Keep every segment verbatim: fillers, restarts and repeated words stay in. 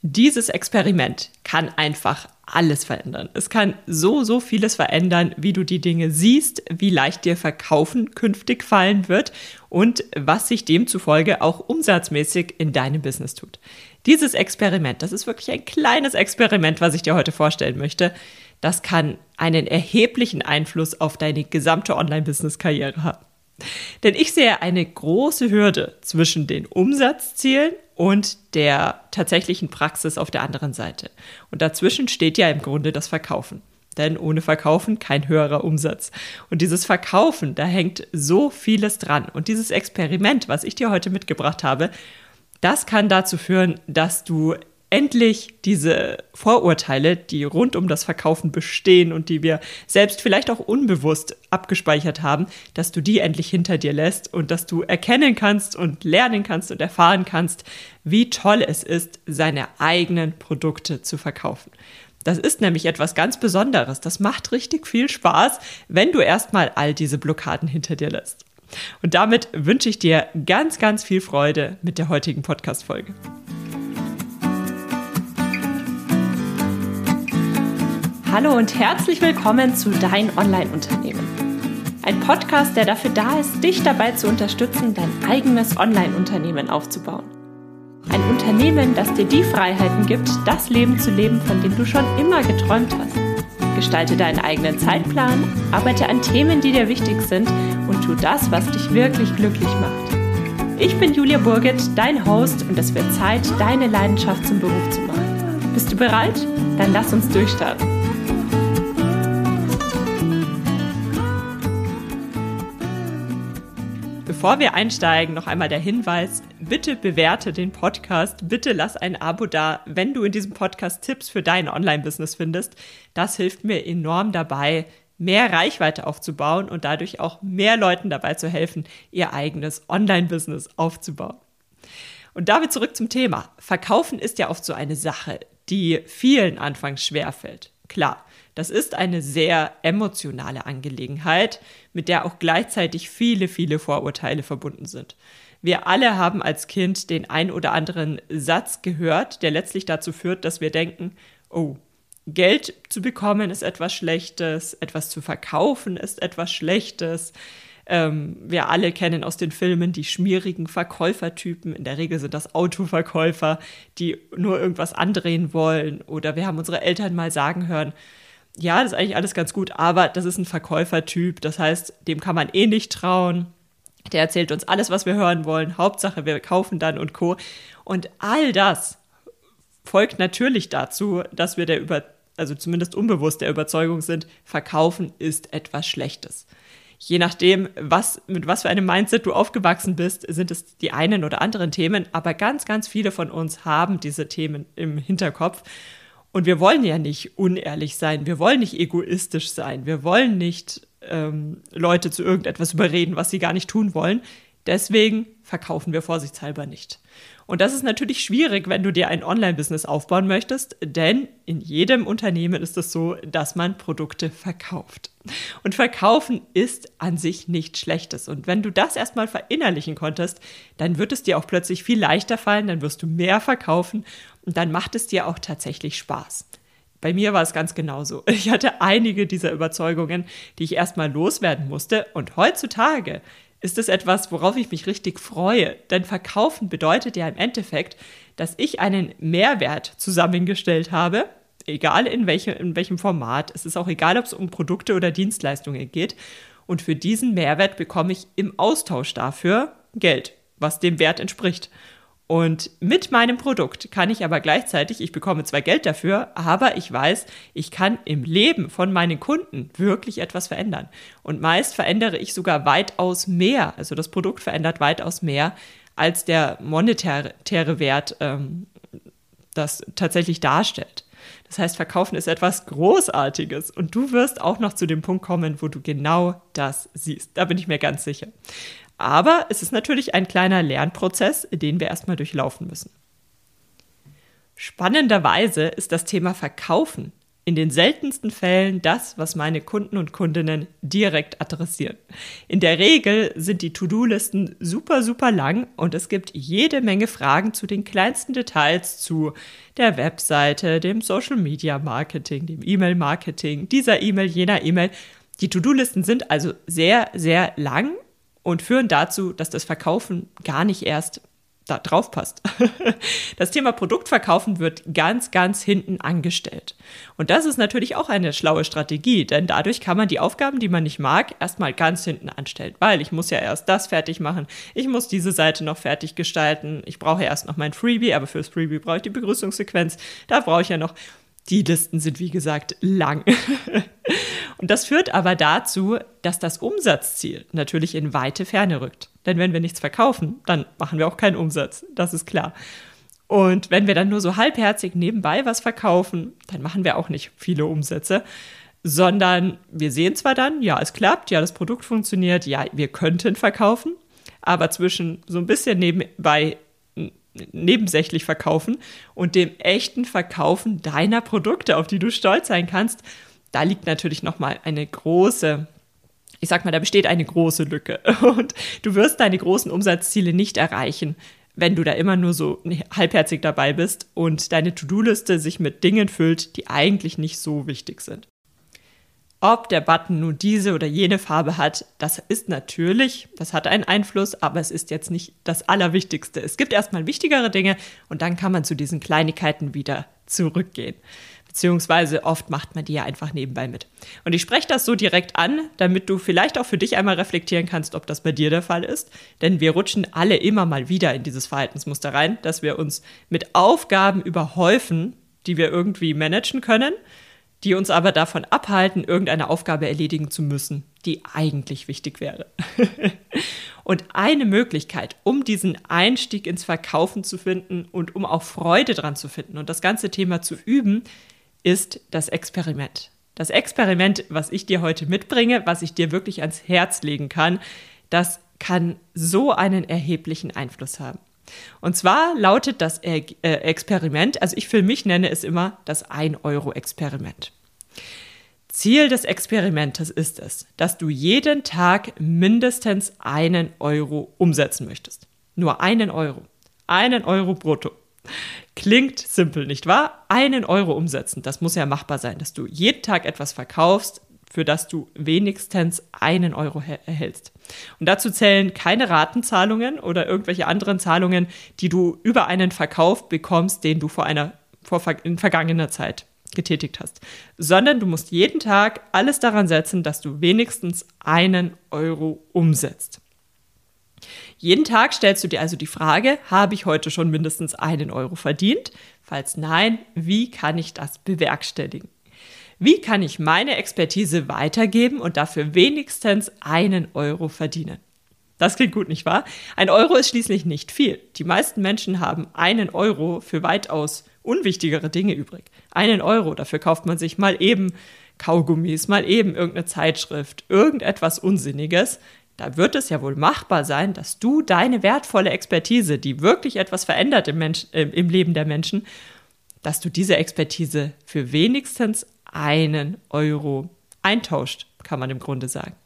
Dieses Experiment kann einfach alles verändern. Es kann so, so vieles verändern, wie du die Dinge siehst, wie leicht dir Verkaufen künftig fallen wird und was sich demzufolge auch umsatzmäßig in deinem Business tut. Dieses Experiment, das ist wirklich ein kleines Experiment, was ich dir heute vorstellen möchte. Das kann einen erheblichen Einfluss auf deine gesamte Online-Business-Karriere haben. Denn ich sehe eine große Hürde zwischen den Umsatzzielen und der tatsächlichen Praxis auf der anderen Seite. Und dazwischen steht ja im Grunde das Verkaufen. Denn ohne Verkaufen kein höherer Umsatz. Und dieses Verkaufen, da hängt so vieles dran. Und dieses Experiment, was ich dir heute mitgebracht habe, das kann dazu führen, dass du endlich diese Vorurteile, die rund um das Verkaufen bestehen und die wir selbst vielleicht auch unbewusst abgespeichert haben, dass du die endlich hinter dir lässt und dass du erkennen kannst und lernen kannst und erfahren kannst, wie toll es ist, seine eigenen Produkte zu verkaufen. Das ist nämlich etwas ganz Besonderes. Das macht richtig viel Spaß, wenn du erstmal all diese Blockaden hinter dir lässt. Und damit wünsche ich dir ganz, ganz viel Freude mit der heutigen Podcast-Folge. Hallo und herzlich willkommen zu Dein Online-Unternehmen. Ein Podcast, der dafür da ist, dich dabei zu unterstützen, dein eigenes Online-Unternehmen aufzubauen. Ein Unternehmen, das dir die Freiheiten gibt, das Leben zu leben, von dem du schon immer geträumt hast. Gestalte deinen eigenen Zeitplan, arbeite an Themen, die dir wichtig sind und tu das, was dich wirklich glücklich macht. Ich bin Julia Burget, dein Host, und es wird Zeit, deine Leidenschaft zum Beruf zu machen. Bist du bereit? Dann lass uns durchstarten. Bevor wir einsteigen, noch einmal der Hinweis, bitte bewerte den Podcast, bitte lass ein Abo da, wenn du in diesem Podcast Tipps für dein Online-Business findest. Das hilft mir enorm dabei, mehr Reichweite aufzubauen und dadurch auch mehr Leuten dabei zu helfen, ihr eigenes Online-Business aufzubauen. Und damit zurück zum Thema. Verkaufen ist ja oft so eine Sache, die vielen anfangs schwerfällt. Klar, das ist eine sehr emotionale Angelegenheit, mit der auch gleichzeitig viele, viele Vorurteile verbunden sind. Wir alle haben als Kind den ein oder anderen Satz gehört, der letztlich dazu führt, dass wir denken, oh, Geld zu bekommen ist etwas Schlechtes, etwas zu verkaufen ist etwas Schlechtes. Ähm, wir alle kennen aus den Filmen die schmierigen Verkäufertypen. In der Regel sind das Autoverkäufer, die nur irgendwas andrehen wollen. Oder wir haben unsere Eltern mal sagen hören, ja, das ist eigentlich alles ganz gut, aber das ist ein Verkäufertyp. Das heißt, dem kann man eh nicht trauen. Der erzählt uns alles, was wir hören wollen. Hauptsache, wir kaufen dann und Co. Und all das folgt natürlich dazu, dass wir der über, also zumindest unbewusst der Überzeugung sind, Verkaufen ist etwas Schlechtes. Je nachdem, was, mit was für einem Mindset du aufgewachsen bist, sind es die einen oder anderen Themen, aber ganz, ganz viele von uns haben diese Themen im Hinterkopf. Und wir wollen ja nicht unehrlich sein, wir wollen nicht egoistisch sein, wir wollen nicht ähm, Leute zu irgendetwas überreden, was sie gar nicht tun wollen. Deswegen verkaufen wir vorsichtshalber nicht. Und das ist natürlich schwierig, wenn du dir ein Online-Business aufbauen möchtest, denn in jedem Unternehmen ist es so, dass man Produkte verkauft. Und verkaufen ist an sich nichts Schlechtes. Und wenn du das erstmal verinnerlichen konntest, dann wird es dir auch plötzlich viel leichter fallen, dann wirst du mehr verkaufen und dann macht es dir auch tatsächlich Spaß. Bei mir war es ganz genauso. Ich hatte einige dieser Überzeugungen, die ich erstmal loswerden musste. Und heutzutage ist es etwas, worauf ich mich richtig freue. Denn Verkaufen bedeutet ja im Endeffekt, dass ich einen Mehrwert zusammengestellt habe, egal in, welche, in welchem Format. Es ist auch egal, ob es um Produkte oder Dienstleistungen geht. Und für diesen Mehrwert bekomme ich im Austausch dafür Geld, was dem Wert entspricht. Und mit meinem Produkt kann ich aber gleichzeitig, ich bekomme zwar Geld dafür, aber ich weiß, ich kann im Leben von meinen Kunden wirklich etwas verändern. Und meist verändere ich sogar weitaus mehr, also das Produkt verändert weitaus mehr, als der monetäre Wert ähm, das tatsächlich darstellt. Das heißt, Verkaufen ist etwas Großartiges und du wirst auch noch zu dem Punkt kommen, wo du genau das siehst. Da bin ich mir ganz sicher. Aber es ist natürlich ein kleiner Lernprozess, den wir erstmal durchlaufen müssen. Spannenderweise ist das Thema Verkaufen in den seltensten Fällen das, was meine Kunden und Kundinnen direkt adressieren. In der Regel sind die To-Do-Listen super, super lang und es gibt jede Menge Fragen zu den kleinsten Details, zu der Webseite, dem Social-Media-Marketing, dem E-Mail-Marketing, dieser E-Mail, jener E-Mail. Die To-Do-Listen sind also sehr, sehr lang und führen dazu, dass das Verkaufen gar nicht erst da drauf passt. Das Thema Produktverkaufen wird ganz, ganz hinten angestellt. Und das ist natürlich auch eine schlaue Strategie, denn dadurch kann man die Aufgaben, die man nicht mag, erstmal ganz hinten anstellen, weil ich muss ja erst das fertig machen, ich muss diese Seite noch fertig gestalten, ich brauche erst noch mein Freebie, aber fürs Freebie brauche ich die Begrüßungssequenz, da brauche ich ja noch, die Listen sind wie gesagt lang. Und das führt aber dazu, dass das Umsatzziel natürlich in weite Ferne rückt. Denn wenn wir nichts verkaufen, dann machen wir auch keinen Umsatz, das ist klar. Und wenn wir dann nur so halbherzig nebenbei was verkaufen, dann machen wir auch nicht viele Umsätze, sondern wir sehen zwar dann, ja, es klappt, ja, das Produkt funktioniert, ja, wir könnten verkaufen, aber zwischen so ein bisschen nebenbei nebensächlich verkaufen und dem echten Verkaufen deiner Produkte, auf die du stolz sein kannst, da liegt natürlich nochmal eine große, ich sag mal, da besteht eine große Lücke und du wirst deine großen Umsatzziele nicht erreichen, wenn du da immer nur so halbherzig dabei bist und deine To-Do-Liste sich mit Dingen füllt, die eigentlich nicht so wichtig sind. Ob der Button nun diese oder jene Farbe hat, das ist natürlich, das hat einen Einfluss, aber es ist jetzt nicht das Allerwichtigste. Es gibt erstmal wichtigere Dinge und dann kann man zu diesen Kleinigkeiten wieder zurückgehen. Beziehungsweise oft macht man die ja einfach nebenbei mit. Und ich spreche das so direkt an, damit du vielleicht auch für dich einmal reflektieren kannst, ob das bei dir der Fall ist. Denn wir rutschen alle immer mal wieder in dieses Verhaltensmuster rein, dass wir uns mit Aufgaben überhäufen, die wir irgendwie managen können, die uns aber davon abhalten, irgendeine Aufgabe erledigen zu müssen, die eigentlich wichtig wäre. Und eine Möglichkeit, um diesen Einstieg ins Verkaufen zu finden und um auch Freude dran zu finden und das ganze Thema zu üben, ist das Experiment. Das Experiment, was ich dir heute mitbringe, was ich dir wirklich ans Herz legen kann, das kann so einen erheblichen Einfluss haben. Und zwar lautet das Experiment, also ich für mich nenne es immer das ein Euro Experiment. Ziel des Experimentes ist es, dass du jeden Tag mindestens einen Euro umsetzen möchtest. Nur einen Euro. Einen Euro brutto. Klingt simpel, nicht wahr? Einen Euro umsetzen, das muss ja machbar sein, dass du jeden Tag etwas verkaufst, für das du wenigstens einen Euro erhältst. Und dazu zählen keine Ratenzahlungen oder irgendwelche anderen Zahlungen, die du über einen Verkauf bekommst, den du vor einer vor, in vergangener Zeit getätigt hast, sondern du musst jeden Tag alles daran setzen, dass du wenigstens einen Euro umsetzt. Jeden Tag stellst du dir also die Frage, habe ich heute schon mindestens einen Euro verdient? Falls nein, wie kann ich das bewerkstelligen? Wie kann ich meine Expertise weitergeben und dafür wenigstens einen Euro verdienen? Das klingt gut, nicht wahr? Ein Euro ist schließlich nicht viel. Die meisten Menschen haben einen Euro für weitaus unwichtigere Dinge übrig. Einen Euro, dafür kauft man sich mal eben Kaugummis, mal eben irgendeine Zeitschrift, irgendetwas Unsinniges. Da wird es ja wohl machbar sein, dass du deine wertvolle Expertise, die wirklich etwas verändert im, Mensch, äh, im Leben der Menschen, dass du diese Expertise für wenigstens einen Euro eintauscht, kann man im Grunde sagen.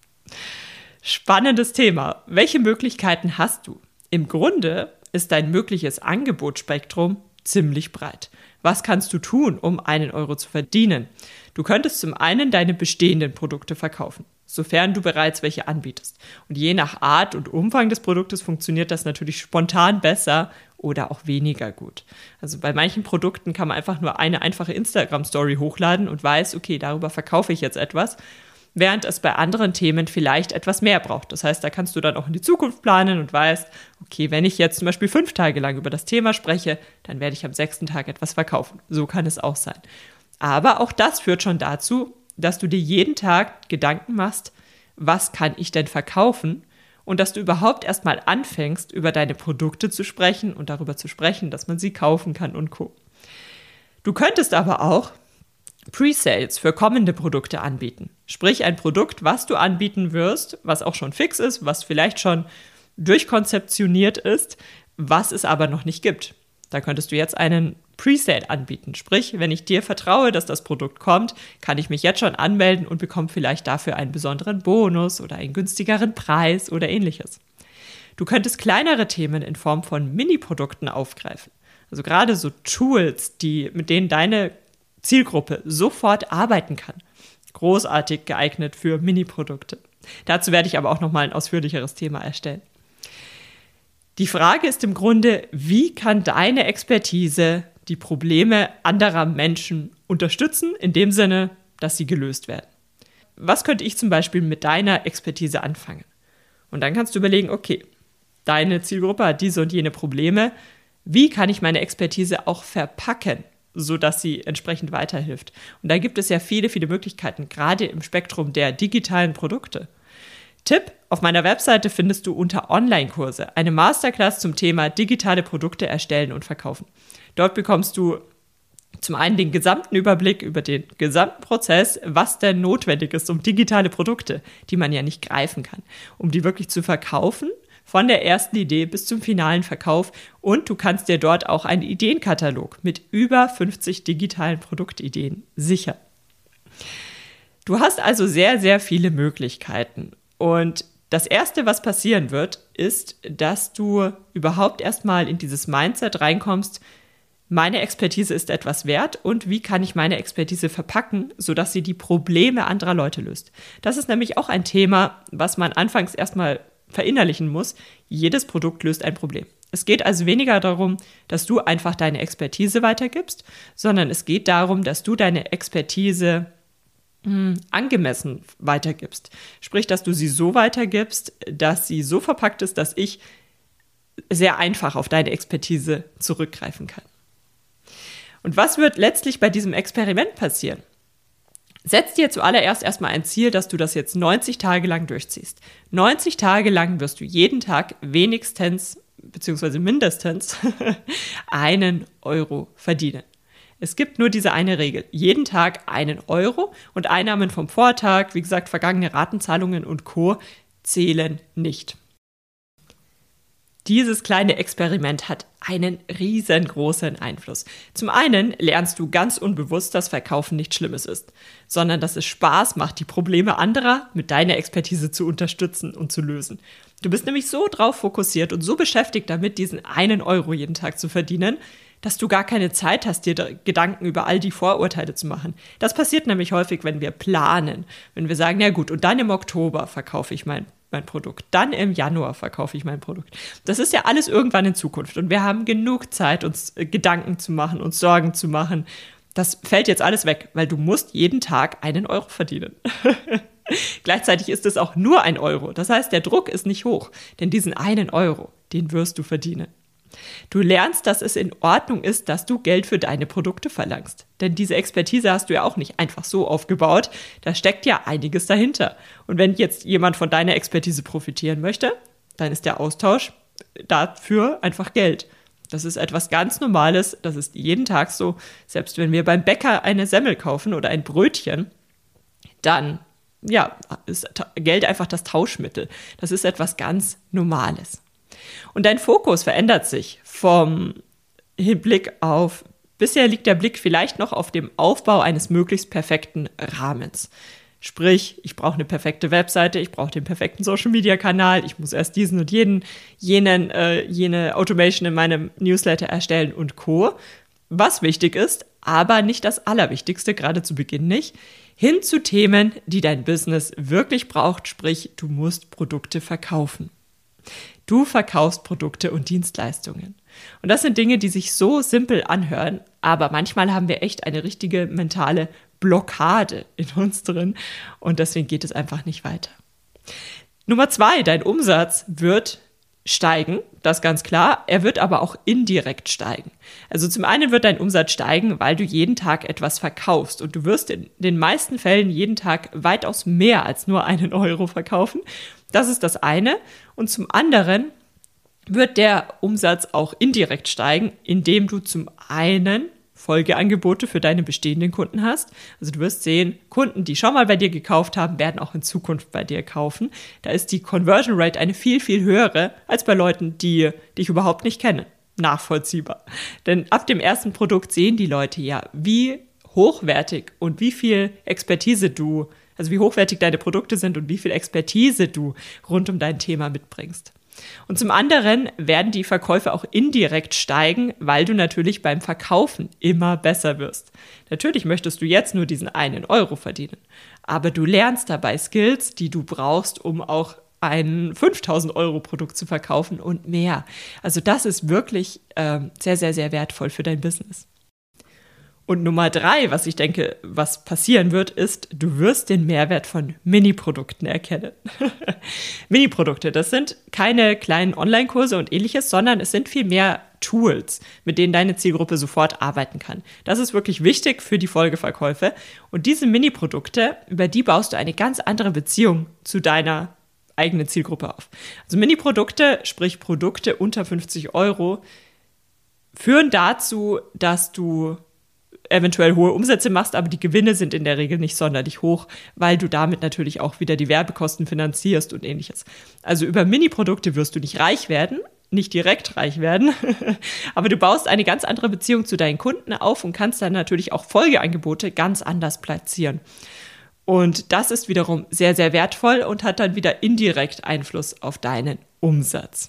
Spannendes Thema. Welche Möglichkeiten hast du? Im Grunde ist dein mögliches Angebotsspektrum ziemlich breit. Was kannst du tun, um einen Euro zu verdienen? Du könntest zum einen deine bestehenden Produkte verkaufen, sofern du bereits welche anbietest. Und je nach Art und Umfang des Produktes funktioniert das natürlich spontan besser oder auch weniger gut. Also bei manchen Produkten kann man einfach nur eine einfache Instagram-Story hochladen und weiß, okay, darüber verkaufe ich jetzt etwas, während es bei anderen Themen vielleicht etwas mehr braucht. Das heißt, da kannst du dann auch in die Zukunft planen und weißt, okay, wenn ich jetzt zum Beispiel fünf Tage lang über das Thema spreche, dann werde ich am sechsten Tag etwas verkaufen. So kann es auch sein. Aber auch das führt schon dazu, dass du dir jeden Tag Gedanken machst, was kann ich denn verkaufen? Und dass du überhaupt erstmal anfängst, über deine Produkte zu sprechen und darüber zu sprechen, dass man sie kaufen kann und Co. Du könntest aber auch Pre-Sales für kommende Produkte anbieten. Sprich, ein Produkt, was du anbieten wirst, was auch schon fix ist, was vielleicht schon durchkonzeptioniert ist, was es aber noch nicht gibt. Da könntest du jetzt einen Presale anbieten. Sprich, wenn ich dir vertraue, dass das Produkt kommt, kann ich mich jetzt schon anmelden und bekomme vielleicht dafür einen besonderen Bonus oder einen günstigeren Preis oder ähnliches. Du könntest kleinere Themen in Form von Mini-Produkten aufgreifen. Also gerade so Tools, die, mit denen deine Zielgruppe sofort arbeiten kann. Großartig geeignet für Mini-Produkte. Dazu werde ich aber auch nochmal ein ausführlicheres Thema erstellen. Die Frage ist im Grunde, wie kann deine Expertise die Probleme anderer Menschen unterstützen, in dem Sinne, dass sie gelöst werden. Was könnte ich zum Beispiel mit deiner Expertise anfangen? Und dann kannst du überlegen, okay, deine Zielgruppe hat diese und jene Probleme. Wie kann ich meine Expertise auch verpacken, sodass sie entsprechend weiterhilft? Und da gibt es ja viele, viele Möglichkeiten, gerade im Spektrum der digitalen Produkte. Tipp, auf meiner Webseite findest du unter Online-Kurse eine Masterclass zum Thema digitale Produkte erstellen und verkaufen. Dort bekommst du zum einen den gesamten Überblick über den gesamten Prozess, was denn notwendig ist, um digitale Produkte, die man ja nicht greifen kann, um die wirklich zu verkaufen, von der ersten Idee bis zum finalen Verkauf. Und du kannst dir dort auch einen Ideenkatalog mit über fünfzig digitalen Produktideen sichern. Du hast also sehr, sehr viele Möglichkeiten. Und das Erste, was passieren wird, ist, dass du überhaupt erstmal in dieses Mindset reinkommst, meine Expertise ist etwas wert und wie kann ich meine Expertise verpacken, sodass sie die Probleme anderer Leute löst. Das ist nämlich auch ein Thema, was man anfangs erstmal verinnerlichen muss. Jedes Produkt löst ein Problem. Es geht also weniger darum, dass du einfach deine Expertise weitergibst, sondern es geht darum, dass du deine Expertise mh, angemessen weitergibst. Sprich, dass du sie so weitergibst, dass sie so verpackt ist, dass ich sehr einfach auf deine Expertise zurückgreifen kann. Und was wird letztlich bei diesem Experiment passieren? Setz dir zuallererst erstmal ein Ziel, dass du das jetzt neunzig Tage lang durchziehst. neunzig Tage lang wirst du jeden Tag wenigstens bzw. mindestens einen Euro verdienen. Es gibt nur diese eine Regel. Jeden Tag einen Euro und Einnahmen vom Vortag, wie gesagt, vergangene Ratenzahlungen und Co. zählen nicht. Dieses kleine Experiment hat einen riesengroßen Einfluss. Zum einen lernst du ganz unbewusst, dass Verkaufen nichts Schlimmes ist, sondern dass es Spaß macht, die Probleme anderer mit deiner Expertise zu unterstützen und zu lösen. Du bist nämlich so drauf fokussiert und so beschäftigt damit, diesen einen Euro jeden Tag zu verdienen, dass du gar keine Zeit hast, dir Gedanken über all die Vorurteile zu machen. Das passiert nämlich häufig, wenn wir planen. Wenn wir sagen, na gut, und dann im Oktober verkaufe ich mein mein Produkt. Dann im Januar verkaufe ich mein Produkt. Das ist ja alles irgendwann in Zukunft und wir haben genug Zeit, uns Gedanken zu machen, uns Sorgen zu machen. Das fällt jetzt alles weg, weil du musst jeden Tag einen Euro verdienen. Gleichzeitig ist es auch nur ein Euro. Das heißt, der Druck ist nicht hoch, denn diesen einen Euro, den wirst du verdienen. Du lernst, dass es in Ordnung ist, dass du Geld für deine Produkte verlangst. Denn diese Expertise hast du ja auch nicht einfach so aufgebaut. Da steckt ja einiges dahinter. Und wenn jetzt jemand von deiner Expertise profitieren möchte, dann ist der Austausch dafür einfach Geld. Das ist etwas ganz Normales. Das ist jeden Tag so. Selbst wenn wir beim Bäcker eine Semmel kaufen oder ein Brötchen, dann ja, ist Geld einfach das Tauschmittel. Das ist etwas ganz Normales. Und dein Fokus verändert sich vom Hinblick auf, bisher liegt der Blick vielleicht noch auf dem Aufbau eines möglichst perfekten Rahmens. Sprich, ich brauche eine perfekte Webseite, ich brauche den perfekten Social-Media-Kanal, ich muss erst diesen und jeden, jenen, äh, jene Automation in meinem Newsletter erstellen und Co. Was wichtig ist, aber nicht das Allerwichtigste, gerade zu Beginn nicht, hin zu Themen, die dein Business wirklich braucht, sprich, du musst Produkte verkaufen. Du verkaufst Produkte und Dienstleistungen. Und das sind Dinge, die sich so simpel anhören, aber manchmal haben wir echt eine richtige mentale Blockade in uns drin und deswegen geht es einfach nicht weiter. Nummer zwei, dein Umsatz wird steigen, das ist ganz klar. Er wird aber auch indirekt steigen. Also zum einen wird dein Umsatz steigen, weil du jeden Tag etwas verkaufst und du wirst in den meisten Fällen jeden Tag weitaus mehr als nur einen Euro verkaufen. Das ist das eine. Und zum anderen wird der Umsatz auch indirekt steigen, indem du zum einen Folgeangebote für deine bestehenden Kunden hast. Also du wirst sehen, Kunden, die schon mal bei dir gekauft haben, werden auch in Zukunft bei dir kaufen. Da ist die Conversion Rate eine viel, viel höhere als bei Leuten, die dich überhaupt nicht kennen. nachvollziehbar. Denn ab dem ersten Produkt sehen die Leute ja, wie hochwertig und wie viel Expertise du, also wie hochwertig deine Produkte sind und wie viel Expertise du rund um dein Thema mitbringst. Und zum anderen werden die Verkäufe auch indirekt steigen, weil du natürlich beim Verkaufen immer besser wirst. Natürlich möchtest du jetzt nur diesen einen Euro verdienen, aber du lernst dabei Skills, die du brauchst, um auch ein fünftausend Euro Produkt zu verkaufen und mehr. Also das ist wirklich äh, sehr, sehr, sehr wertvoll für dein Business. Und Nummer drei, was ich denke, was passieren wird, ist, du wirst den Mehrwert von Mini-Produkten erkennen. Mini-Produkte, das sind keine kleinen Online-Kurse und ähnliches, sondern es sind vielmehr Tools, mit denen deine Zielgruppe sofort arbeiten kann. Das ist wirklich wichtig für die Folgeverkäufe. Und diese Mini-Produkte, über die baust du eine ganz andere Beziehung zu deiner eigenen Zielgruppe auf. Also Mini-Produkte, sprich Produkte unter fünfzig Euro, führen dazu, dass du eventuell hohe Umsätze machst, aber die Gewinne sind in der Regel nicht sonderlich hoch, weil du damit natürlich auch wieder die Werbekosten finanzierst und ähnliches. Also über Mini-Produkte wirst du nicht reich werden, nicht direkt reich werden, aber du baust eine ganz andere Beziehung zu deinen Kunden auf und kannst dann natürlich auch Folgeangebote ganz anders platzieren. Und das ist wiederum sehr, sehr wertvoll und hat dann wieder indirekt Einfluss auf deinen Umsatz.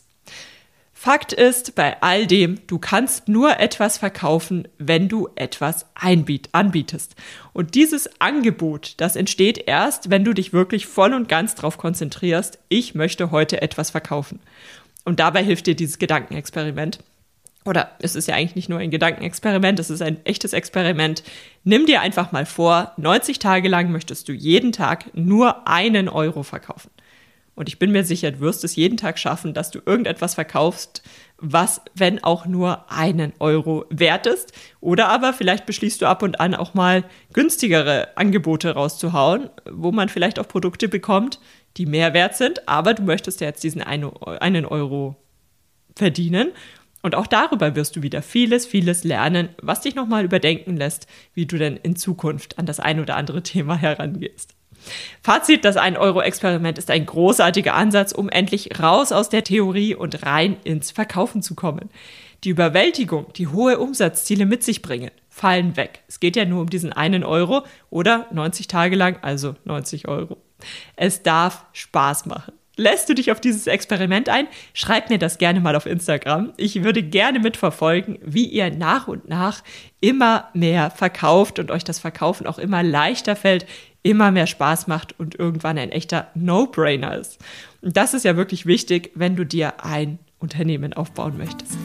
Fakt ist, bei all dem, du kannst nur etwas verkaufen, wenn du etwas einbiet, anbietest. Und dieses Angebot, das entsteht erst, wenn du dich wirklich voll und ganz darauf konzentrierst, ich möchte heute etwas verkaufen. Und dabei hilft dir dieses Gedankenexperiment. Oder es ist ja eigentlich nicht nur ein Gedankenexperiment, es ist ein echtes Experiment. Nimm dir einfach mal vor, neunzig Tage lang möchtest du jeden Tag nur einen Euro verkaufen. Und ich bin mir sicher, du wirst es jeden Tag schaffen, dass du irgendetwas verkaufst, was, wenn auch nur einen Euro wert ist. Oder aber vielleicht beschließt du ab und an auch mal günstigere Angebote rauszuhauen, wo man vielleicht auch Produkte bekommt, die mehr wert sind. Aber du möchtest ja jetzt diesen einen Euro verdienen. Und auch darüber wirst du wieder vieles, vieles lernen, was dich nochmal überdenken lässt, wie du denn in Zukunft an das ein oder andere Thema herangehst. Fazit, das ein Euro Experiment ist ein großartiger Ansatz, um endlich raus aus der Theorie und rein ins Verkaufen zu kommen. Die Überwältigung, die hohe Umsatzziele mit sich bringen, fallen weg. Es geht ja nur um diesen einen Euro oder neunzig Tage lang, also neunzig Euro. Es darf Spaß machen. Lässt du dich auf dieses Experiment ein? Schreib mir das gerne mal auf Instagram. Ich würde gerne mitverfolgen, wie ihr nach und nach immer mehr verkauft und euch das Verkaufen auch immer leichter fällt, immer mehr Spaß macht und irgendwann ein echter No-Brainer ist. Und das ist ja wirklich wichtig, wenn du dir ein Unternehmen aufbauen möchtest.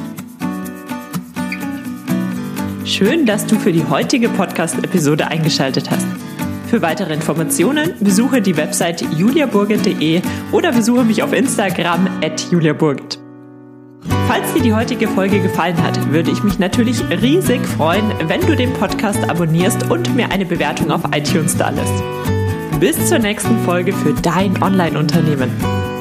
Schön, dass du für die heutige Podcast-Episode eingeschaltet hast. Für weitere Informationen besuche die Website julia burget punkt de oder besuche mich auf Instagram at julia burget. Falls dir die heutige Folge gefallen hat, würde ich mich natürlich riesig freuen, wenn du den Podcast abonnierst und mir eine Bewertung auf iTunes dalässt. Bis zur nächsten Folge für dein Online-Unternehmen.